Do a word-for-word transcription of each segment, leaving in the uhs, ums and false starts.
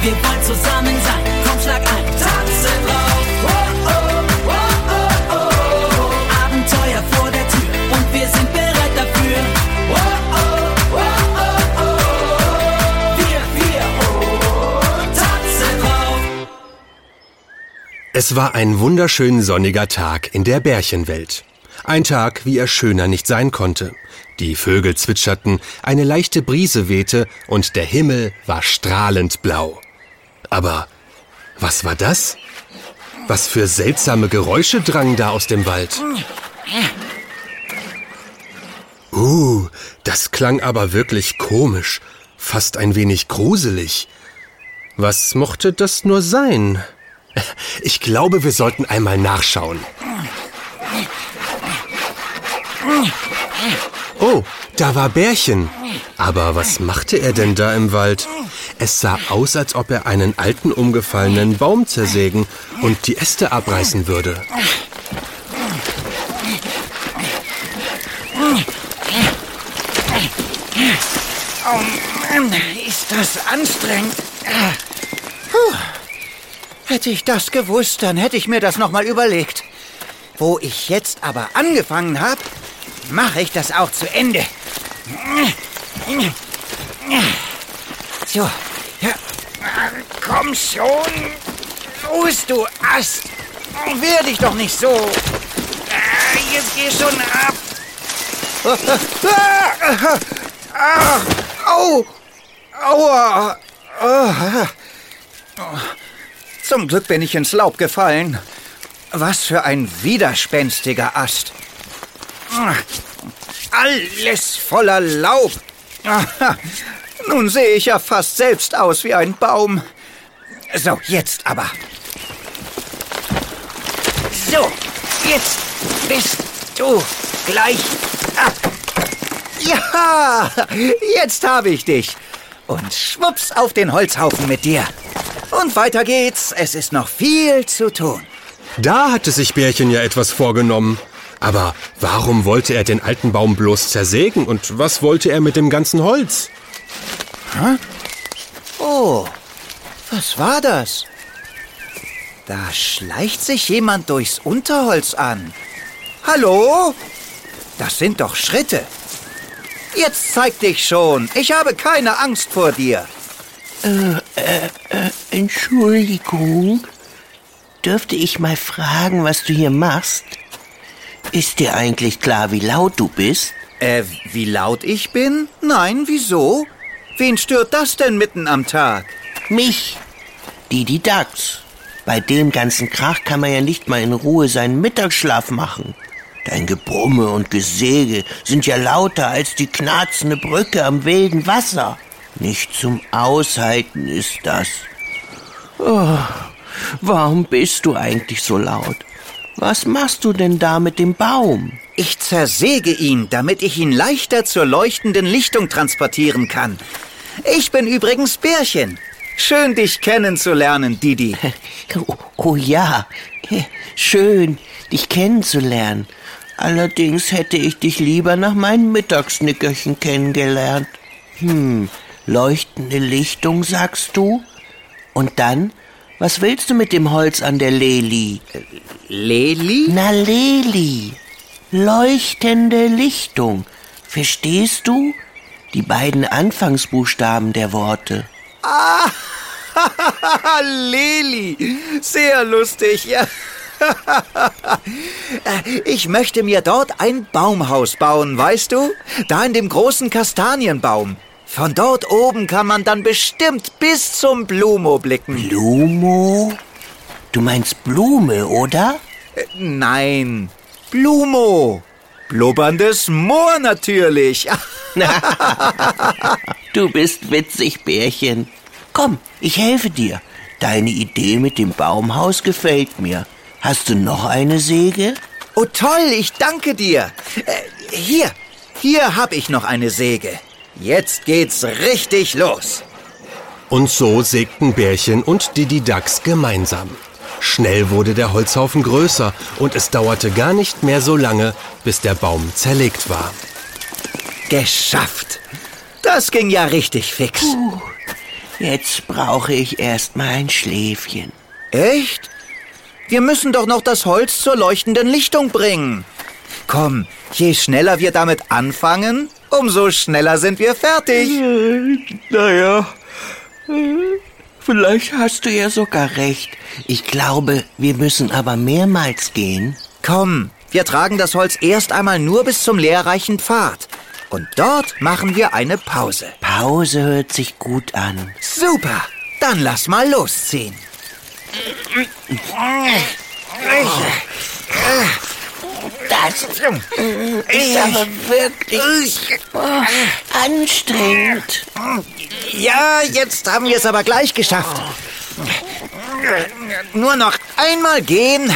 Wir wollen zusammen sein, komm schlag ein, tanzen drauf. Oh, oh, oh, oh, oh. Abenteuer vor der Tür und wir sind bereit dafür. Oh, oh, oh, oh, oh. Wir, wir, oh, tanzen drauf. Es war ein wunderschön sonniger Tag in der Bärchenwelt. Ein Tag, wie er schöner nicht sein konnte. Die Vögel zwitscherten, eine leichte Brise wehte und der Himmel war strahlend blau. Aber was war das? Was für seltsame Geräusche drangen da aus dem Wald? Uh, das klang aber wirklich komisch, fast ein wenig gruselig. Was mochte das nur sein? Ich glaube, wir sollten einmal nachschauen. Oh, da war Bärchen. Aber was machte er denn da im Wald? Es sah aus, als ob er einen alten, umgefallenen Baum zersägen und die Äste abreißen würde. Oh Mann, ist das anstrengend. Puh. Hätte ich das gewusst, dann hätte ich mir das noch mal überlegt. Wo ich jetzt aber angefangen habe, mache ich das auch zu Ende. So, ja, komm schon. Los, du Ast. Wehr dich doch nicht so. Jetzt geh schon ab. Ach, au. Aua. Zum Glück bin ich ins Laub gefallen. Was für ein widerspenstiger Ast. Alles voller Laub. Nun sehe ich ja fast selbst aus wie ein Baum. So, jetzt aber. So, jetzt bist du gleich ab. Ja, jetzt habe ich dich. Und schwupps auf den Holzhaufen mit dir. Und weiter geht's. Es ist noch viel zu tun. Da hatte sich Bärchen ja etwas vorgenommen. Aber warum wollte er den alten Baum bloß zersägen und was wollte er mit dem ganzen Holz? Hä? Oh, was war das? Da schleicht sich jemand durchs Unterholz an. Hallo? Das sind doch Schritte. Jetzt zeig dich schon. Ich habe keine Angst vor dir. Äh, äh, äh, Entschuldigung. Dürfte ich mal fragen, was du hier machst? Ist dir eigentlich klar, wie laut du bist? Äh, wie laut ich bin? Nein, wieso? Wen stört das denn mitten am Tag? Mich, Didi Dax. Bei dem ganzen Krach kann man ja nicht mal in Ruhe seinen Mittagsschlaf machen. Dein Gebrumme und Gesäge sind ja lauter als die knarzende Brücke am wilden Wasser. Nicht zum Aushalten ist das. Oh, warum bist du eigentlich so laut? Was machst du denn da mit dem Baum? Ich zersäge ihn, damit ich ihn leichter zur leuchtenden Lichtung transportieren kann. Ich bin übrigens Bärchen. Schön, dich kennenzulernen, Didi. Oh, oh ja, schön, dich kennenzulernen. Allerdings hätte ich dich lieber nach meinem Mittagsnickerchen kennengelernt. Hm, leuchtende Lichtung, sagst du? Und dann, was willst du mit dem Holz an der Leli? Leli? Na, Leli. Leuchtende Lichtung. Verstehst du? Die beiden Anfangsbuchstaben der Worte. Ah, Leli. Sehr lustig, ja. Ich möchte mir dort ein Baumhaus bauen, weißt du? Da in dem großen Kastanienbaum. Von dort oben kann man dann bestimmt bis zum Blumo blicken. Blumo? Du meinst Blume, oder? Äh, nein, Blumo. Blubberndes Moor natürlich. Du bist witzig, Bärchen. Komm, ich helfe dir. Deine Idee mit dem Baumhaus gefällt mir. Hast du noch eine Säge? Oh toll, ich danke dir. Äh, hier, hier habe ich noch eine Säge. Jetzt geht's richtig los. Und so sägten Bärchen und Didi Dax gemeinsam. Schnell wurde der Holzhaufen größer und es dauerte gar nicht mehr so lange, bis der Baum zerlegt war. Geschafft. Das ging ja richtig fix. Puh, Jetzt brauche ich erst mal ein Schläfchen. Echt? Wir müssen doch noch das Holz zur leuchtenden Lichtung bringen. Komm, je schneller wir damit anfangen, umso schneller sind wir fertig. Naja, vielleicht hast du ja sogar recht. Ich glaube, wir müssen aber mehrmals gehen. Komm, wir tragen das Holz erst einmal nur bis zum lehrreichen Pfad. Und dort machen wir eine Pause. Pause hört sich gut an. Super, dann lass mal losziehen. Das ist aber wirklich oh, anstrengend. Ja, jetzt haben wir es aber gleich geschafft. Nur noch einmal gehen.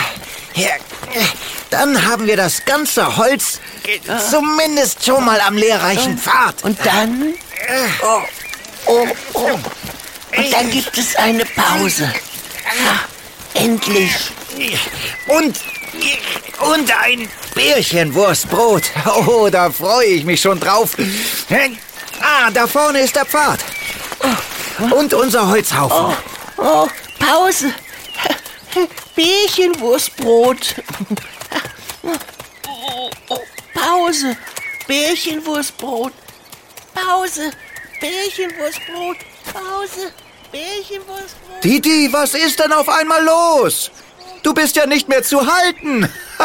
Dann haben wir das ganze Holz zumindest schon mal am lehrreichen Pfad. Und dann? Oh, oh, oh. Und dann gibt es eine Pause. Ja, endlich. Und, und ein Bärchenwurstbrot. Oh, da freue ich mich schon drauf. Ah, da vorne ist der Pfad. Und unser Holzhaufen. Oh, oh, Pause. Bärchenwurstbrot. Pause. Bärchenwurstbrot. Pause. Bärchenwurstbrot. Pause. Bärchenwurstbrot. Didi, was ist denn auf einmal los? Du bist ja nicht mehr zu halten.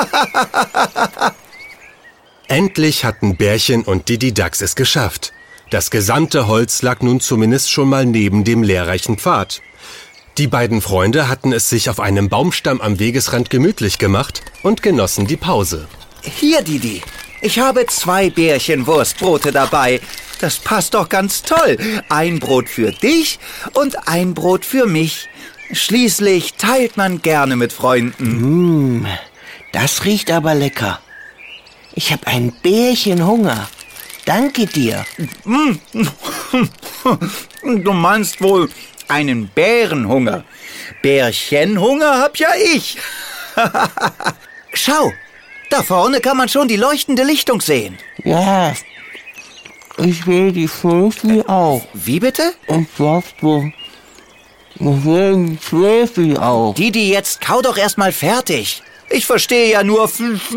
Endlich hatten Bärchen und Didi Dax es geschafft. Das gesamte Holz lag nun zumindest schon mal neben dem lehrreichen Pfad. Die beiden Freunde hatten es sich auf einem Baumstamm am Wegesrand gemütlich gemacht und genossen die Pause. Hier, Didi, ich habe zwei Bärchenwurstbrote dabei. Das passt doch ganz toll. Ein Brot für dich und ein Brot für mich. Schließlich teilt man gerne mit Freunden. Mm, das riecht aber lecker. Ich habe ein Bärchenhunger. Danke dir. Du meinst wohl einen Bärenhunger. Bärchenhunger hab ja ich. Schau, da vorne kann man schon die leuchtende Lichtung sehen. Ja, ich will die Schläfi auch. Wie bitte? Und sagst du, ich will die Schläfi auch. Didi, jetzt kau doch erst mal fertig. Ich verstehe ja nur...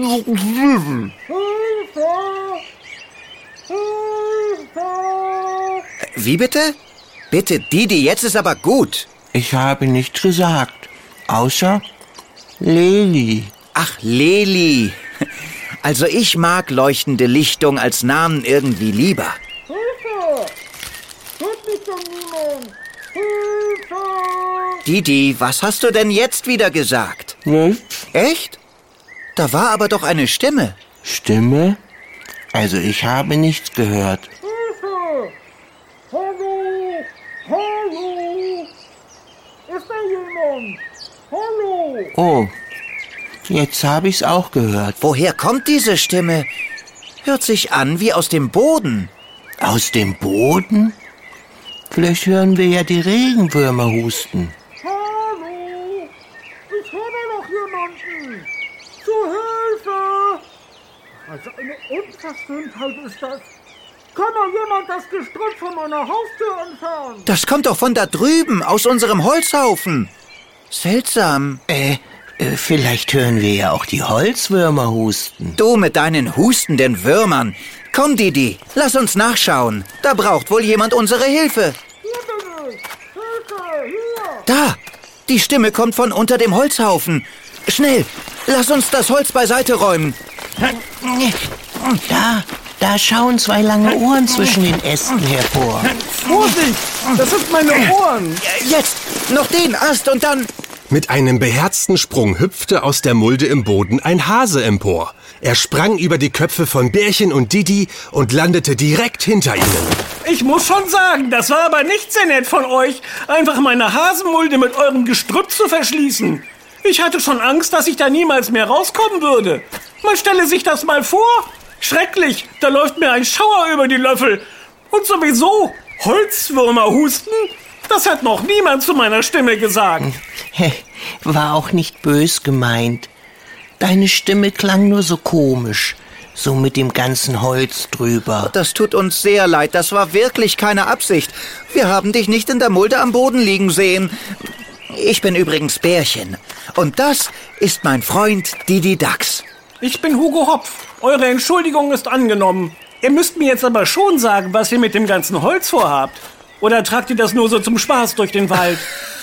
Wie bitte? Bitte, Didi, jetzt ist aber gut. Ich habe nichts gesagt, außer Leli. Ach, Leli. Also ich mag leuchtende Lichtung als Namen irgendwie lieber. Hilfe! Hört mich doch niemand! Hilfe! Didi, was hast du denn jetzt wieder gesagt? Nichts? Echt? Da war aber doch eine Stimme. Stimme? Also ich habe nichts gehört. Hilfe! Hallo! Hallo! Ist da jemand? Hallo! Oh, jetzt habe ich's auch gehört. Woher kommt diese Stimme? Hört sich an wie aus dem Boden. Aus dem Boden? Vielleicht hören wir ja die Regenwürmer husten. Hallo! Ich höre da noch jemanden! Zur Hilfe! Also eine Unverschämtheit ist das. Kann mal jemand das Gestrüpp von meiner Haustür entfernen? Das kommt doch von da drüben, aus unserem Holzhaufen. Seltsam. Äh, äh, vielleicht hören wir ja auch die Holzwürmer husten. Du mit deinen hustenden Würmern. Komm, Didi, lass uns nachschauen. Da braucht wohl jemand unsere Hilfe. Hier bin ich! Hilfe! Hier! Da, die Stimme kommt von unter dem Holzhaufen. Schnell, lass uns das Holz beiseite räumen. Da, da schauen zwei lange Ohren zwischen den Ästen hervor. Vorsicht! Das sind meine Ohren! Jetzt, noch den Ast und dann... Mit einem beherzten Sprung hüpfte aus der Mulde im Boden ein Hase empor. Er sprang über die Köpfe von Bärchen und Didi und landete direkt hinter ihnen. Ich muss schon sagen, das war aber nicht sehr nett von euch, einfach meine Hasenmulde mit eurem Gestrüpp zu verschließen. Ich hatte schon Angst, dass ich da niemals mehr rauskommen würde. Man stelle sich das mal vor. Schrecklich, da läuft mir ein Schauer über die Löffel. Und sowieso, Holzwürmer husten? Das hat noch niemand zu meiner Stimme gesagt. War auch nicht bös gemeint. Deine Stimme klang nur so komisch. So mit dem ganzen Holz drüber. Das tut uns sehr leid, das war wirklich keine Absicht. Wir haben dich nicht in der Mulde am Boden liegen sehen. Ich bin übrigens Bärchen. Und das ist mein Freund Didi Dachs. Ich bin Hugo Hopf. Eure Entschuldigung ist angenommen. Ihr müsst mir jetzt aber schon sagen, was ihr mit dem ganzen Holz vorhabt. Oder tragt ihr das nur so zum Spaß durch den Wald?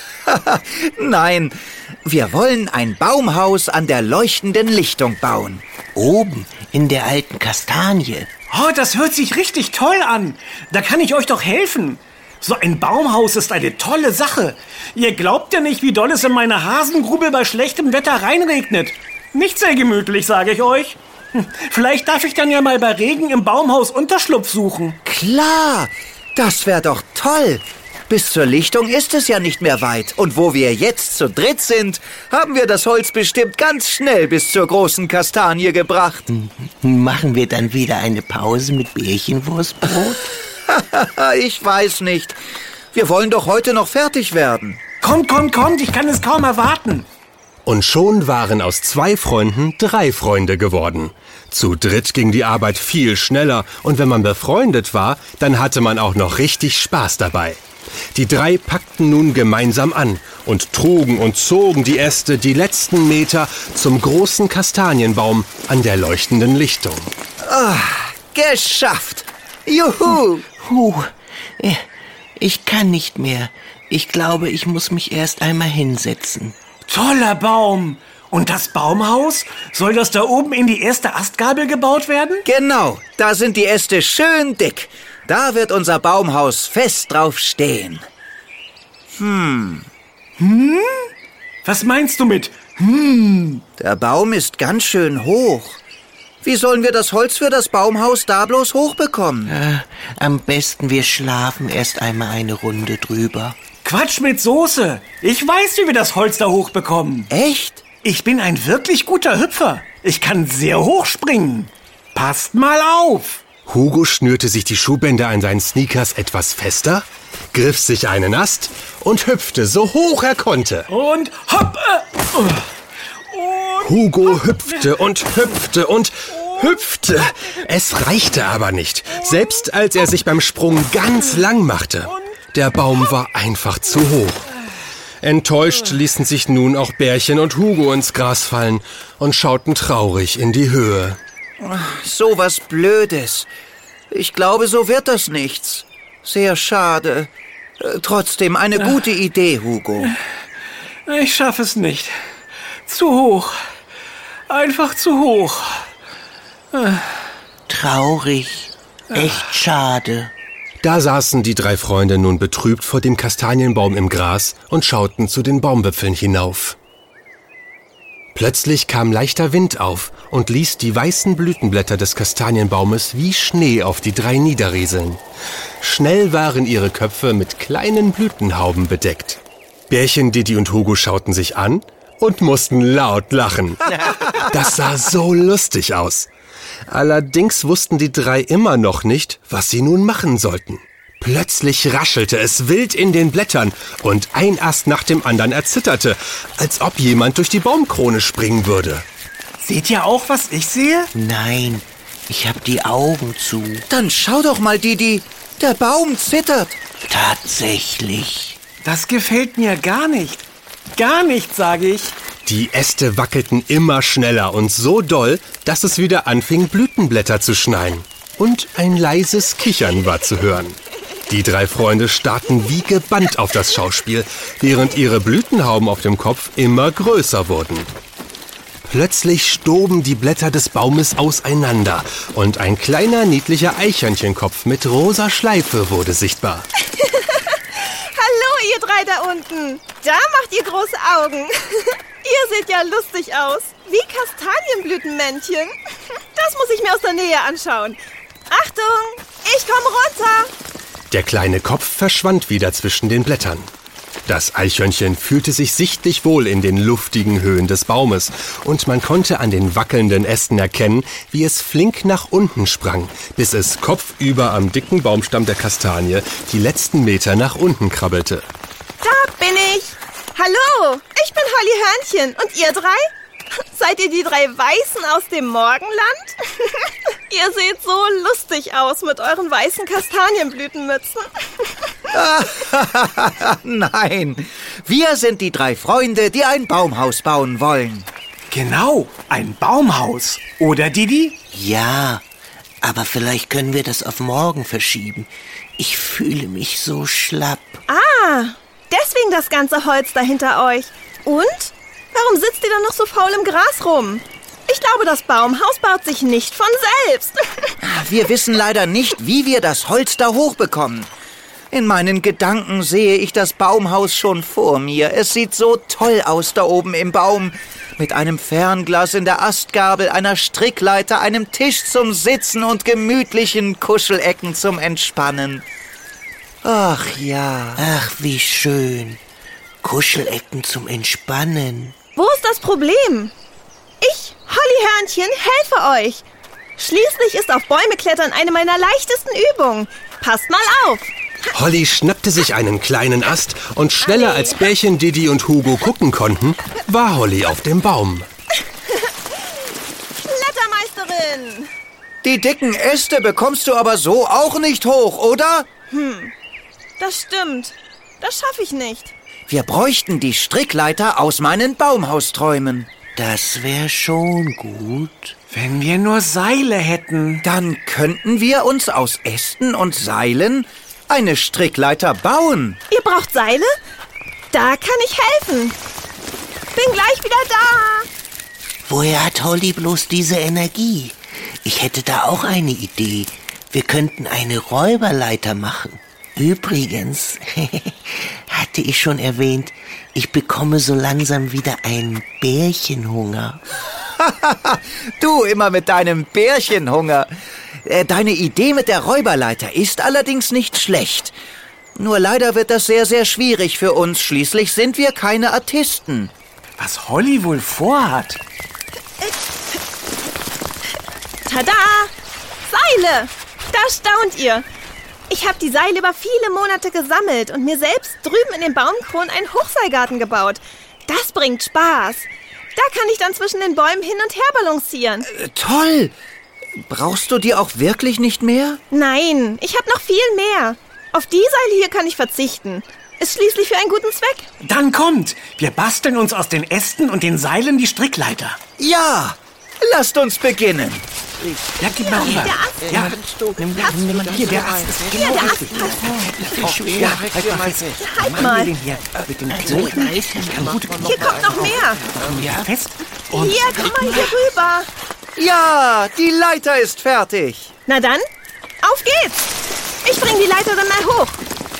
Nein, wir wollen ein Baumhaus an der leuchtenden Lichtung bauen. Oben in der alten Kastanie. Oh, das hört sich richtig toll an. Da kann ich euch doch helfen. So ein Baumhaus ist eine tolle Sache. Ihr glaubt ja nicht, wie doll es in meiner Hasengrube bei schlechtem Wetter reinregnet. Nicht sehr gemütlich, sage ich euch. Hm, vielleicht darf ich dann ja mal bei Regen im Baumhaus Unterschlupf suchen. Klar, das wäre doch toll. Bis zur Lichtung ist es ja nicht mehr weit. Und wo wir jetzt zu dritt sind, haben wir das Holz bestimmt ganz schnell bis zur großen Kastanie gebracht. Machen wir dann wieder eine Pause mit Bärchenwurstbrot? Ich weiß nicht. Wir wollen doch heute noch fertig werden. Kommt, kommt, kommt, ich kann es kaum erwarten. Und schon waren aus zwei Freunden drei Freunde geworden. Zu dritt ging die Arbeit viel schneller und wenn man befreundet war, dann hatte man auch noch richtig Spaß dabei. Die drei packten nun gemeinsam an und trugen und zogen die Äste die letzten Meter zum großen Kastanienbaum an der leuchtenden Lichtung. Ah, geschafft! Juhu! Huh, ich kann nicht mehr. Ich glaube, ich muss mich erst einmal hinsetzen. Toller Baum! Und das Baumhaus? Soll das da oben in die erste Astgabel gebaut werden? Genau, da sind die Äste schön dick. Da wird unser Baumhaus fest drauf stehen. Hm. Hm? Was meinst du mit hm? Der Baum ist ganz schön hoch. Wie sollen wir das Holz für das Baumhaus da bloß hochbekommen? Äh, am besten wir schlafen erst einmal eine Runde drüber. Quatsch mit Soße. Ich weiß, wie wir das Holz da hochbekommen. Echt? Ich bin ein wirklich guter Hüpfer. Ich kann sehr hoch springen. Passt mal auf. Hugo schnürte sich die Schuhbänder an seinen Sneakers etwas fester, griff sich einen Ast und hüpfte so hoch er konnte. Und hopp! Äh, und Hugo hüpfte und hüpfte und hüpfte. Es reichte aber nicht, selbst als er sich beim Sprung ganz lang machte. Der Baum war einfach zu hoch. Enttäuscht ließen sich nun auch Bärchen und Hugo ins Gras fallen und schauten traurig in die Höhe. So was Blödes. Ich glaube, so wird das nichts. Sehr schade. Äh, trotzdem eine gute Idee, Hugo. Ich schaffe es nicht. Zu hoch. Einfach zu hoch. Traurig. Echt schade. Da saßen die drei Freunde nun betrübt vor dem Kastanienbaum im Gras und schauten zu den Baumwipfeln hinauf. Plötzlich kam leichter Wind auf und ließ die weißen Blütenblätter des Kastanienbaumes wie Schnee auf die drei niederrieseln. Schnell waren ihre Köpfe mit kleinen Blütenhauben bedeckt. Bärchen, Didi und Hugo schauten sich an und mussten laut lachen. Das sah so lustig aus. Allerdings wussten die drei immer noch nicht, was sie nun machen sollten. Plötzlich raschelte es wild in den Blättern und ein Ast nach dem anderen erzitterte, als ob jemand durch die Baumkrone springen würde. Seht ihr auch, was ich sehe? Nein, ich hab die Augen zu. Dann schau doch mal, Didi. Der Baum zittert. Tatsächlich. Das gefällt mir gar nicht. Gar nicht, sage ich. Die Äste wackelten immer schneller und so doll, dass es wieder anfing, Blütenblätter zu schneien. Und ein leises Kichern war zu hören. Die drei Freunde starrten wie gebannt auf das Schauspiel, während ihre Blütenhauben auf dem Kopf immer größer wurden. Plötzlich stoben die Blätter des Baumes auseinander und ein kleiner, niedlicher Eichhörnchenkopf mit rosa Schleife wurde sichtbar. Hallo, ihr drei da unten. Da macht ihr große Augen. Ihr seht ja lustig aus. Wie Kastanienblütenmännchen. Das muss ich mir aus der Nähe anschauen. Achtung, ich komme runter. Der kleine Kopf verschwand wieder zwischen den Blättern. Das Eichhörnchen fühlte sich sichtlich wohl in den luftigen Höhen des Baumes und man konnte an den wackelnden Ästen erkennen, wie es flink nach unten sprang, bis es kopfüber am dicken Baumstamm der Kastanie die letzten Meter nach unten krabbelte. Da bin ich. Hallo, ich bin Holly Hörnchen. Und ihr drei? Seid ihr die drei Weißen aus dem Morgenland? Ihr seht so lustig aus mit euren weißen Kastanienblütenmützen. Nein, wir sind die drei Freunde, die ein Baumhaus bauen wollen. Genau, ein Baumhaus. Oder, Didi? Ja, aber vielleicht können wir das auf morgen verschieben. Ich fühle mich so schlapp. Ah, deswegen das ganze Holz da hinter euch. Und? Warum sitzt ihr dann noch so faul im Gras rum? Ich glaube, das Baumhaus baut sich nicht von selbst. Wir wissen leider nicht, wie wir das Holz da hochbekommen. In meinen Gedanken sehe ich das Baumhaus schon vor mir. Es sieht so toll aus da oben im Baum. Mit einem Fernglas in der Astgabel, einer Strickleiter, einem Tisch zum Sitzen und gemütlichen Kuschelecken zum Entspannen. Ach ja. Ach, wie schön. Kuschelecken zum Entspannen. Wo ist das Problem? Ich, Holly Hörnchen, helfe euch. Schließlich ist auf Bäume klettern eine meiner leichtesten Übungen. Passt mal auf. Holly schnappte sich einen kleinen Ast und schneller als Bärchen Didi und Hugo gucken konnten, war Holly auf dem Baum. Klettermeisterin! Die dicken Äste bekommst du aber so auch nicht hoch, oder? Hm, das stimmt. Das schaffe ich nicht. Wir bräuchten die Strickleiter aus meinen Baumhausträumen. Das wäre schon gut. Wenn wir nur Seile hätten. Dann könnten wir uns aus Ästen und Seilen eine Strickleiter bauen. Ihr braucht Seile? Da kann ich helfen. Bin gleich wieder da. Woher hat Holly bloß diese Energie? Ich hätte da auch eine Idee. Wir könnten eine Räuberleiter machen. Übrigens, hatte ich schon erwähnt, ich bekomme so langsam wieder einen Bärchenhunger. Du immer mit deinem Bärchenhunger. Deine Idee mit der Räuberleiter ist allerdings nicht schlecht. Nur leider wird das sehr, sehr schwierig für uns. Schließlich sind wir keine Artisten. Was Holly wohl vorhat? Tada! Seile! Da staunt ihr. Ich habe die Seile über viele Monate gesammelt und mir selbst drüben in den Baumkronen einen Hochseilgarten gebaut. Das bringt Spaß. Da kann ich dann zwischen den Bäumen hin und her balancieren. Äh, toll! Brauchst du die auch wirklich nicht mehr? Nein, ich habe noch viel mehr. Auf die Seile hier kann ich verzichten. Ist schließlich für einen guten Zweck. Dann kommt! Wir basteln uns aus den Ästen und den Seilen die Strickleiter. Ja! Lasst uns beginnen. Ja, gib mal rüber. Der Ast. Ja, Nimm, nimm, nimm mal hier, der Ast ist Hier, genau der Ast richtig. passt. viel schwer. Ja, halt mal fest. Halt Machen mal. wir den hier mit dem Knoten. Ich kann gut Hier kommt noch mehr. ja, fest. Und Hier, komm mal hier rüber. Ja, die Leiter ist fertig. Na dann, auf geht's. Ich bring die Leiter dann mal hoch.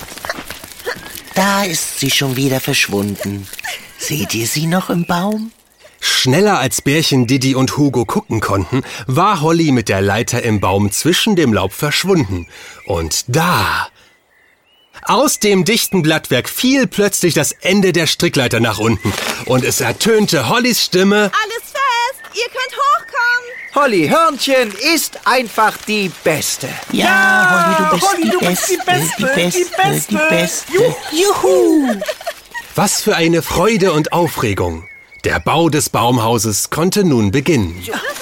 Da ist sie schon wieder verschwunden. Seht ihr sie noch im Baum? Schneller als Bärchen Didi und Hugo gucken konnten, war Holly mit der Leiter im Baum zwischen dem Laub verschwunden. Und da... Aus dem dichten Blattwerk fiel plötzlich das Ende der Strickleiter nach unten. Und es ertönte Hollys Stimme... Alles fest, ihr könnt hochkommen. Holly Hörnchen ist einfach die Beste. Ja, Holly, du bist, Holly, die, du bist Beste, die Beste, die Beste, die Beste. die Beste. Juhu. Was für eine Freude und Aufregung. Der Bau des Baumhauses konnte nun beginnen.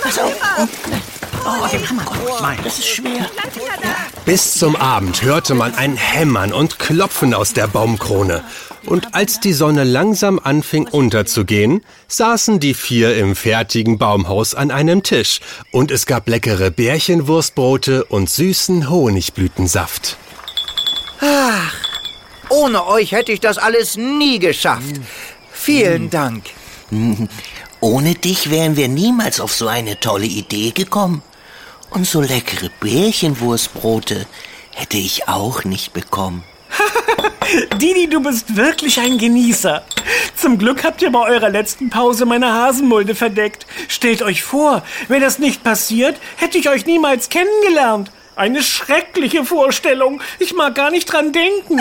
Oh, den Hammer. Mal. Das ist schwer. Bis zum Abend hörte man ein Hämmern und Klopfen aus der Baumkrone. Und als die Sonne langsam anfing unterzugehen, saßen die vier im fertigen Baumhaus an einem Tisch. Und es gab leckere Bärchenwurstbrote und süßen Honigblütensaft. Ach, ohne euch hätte ich das alles nie geschafft. Vielen Dank. Ohne dich wären wir niemals auf so eine tolle Idee gekommen. Und so leckere Bärchenwurstbrote hätte ich auch nicht bekommen. Didi, du bist wirklich ein Genießer. Zum Glück habt ihr bei eurer letzten Pause meine Hasenmulde verdeckt. Stellt euch vor, wäre das nicht passiert, hätte ich euch niemals kennengelernt. Eine schreckliche Vorstellung. Ich mag gar nicht dran denken.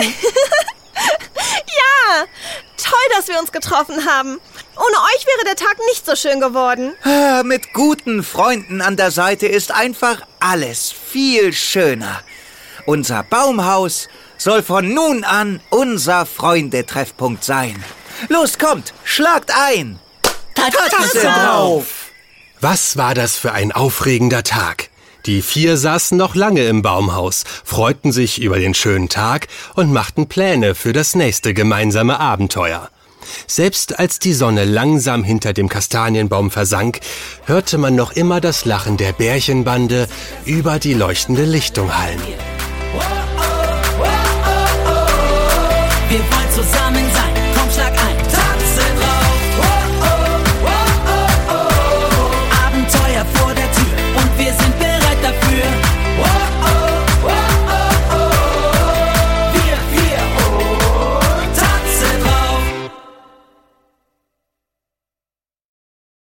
Ja, toll, dass wir uns getroffen haben. Ohne euch wäre der Tag nicht so schön geworden. Ah, mit guten Freunden an der Seite ist einfach alles viel schöner. Unser Baumhaus soll von nun an unser Freundetreffpunkt sein. Los, kommt, schlagt ein! Tatze drauf! Was war das für ein aufregender Tag? Die vier saßen noch lange im Baumhaus, freuten sich über den schönen Tag und machten Pläne für das nächste gemeinsame Abenteuer. Selbst als die Sonne langsam hinter dem Kastanienbaum versank, hörte man noch immer das Lachen der Bärchenbande über die leuchtende Lichtung hallen.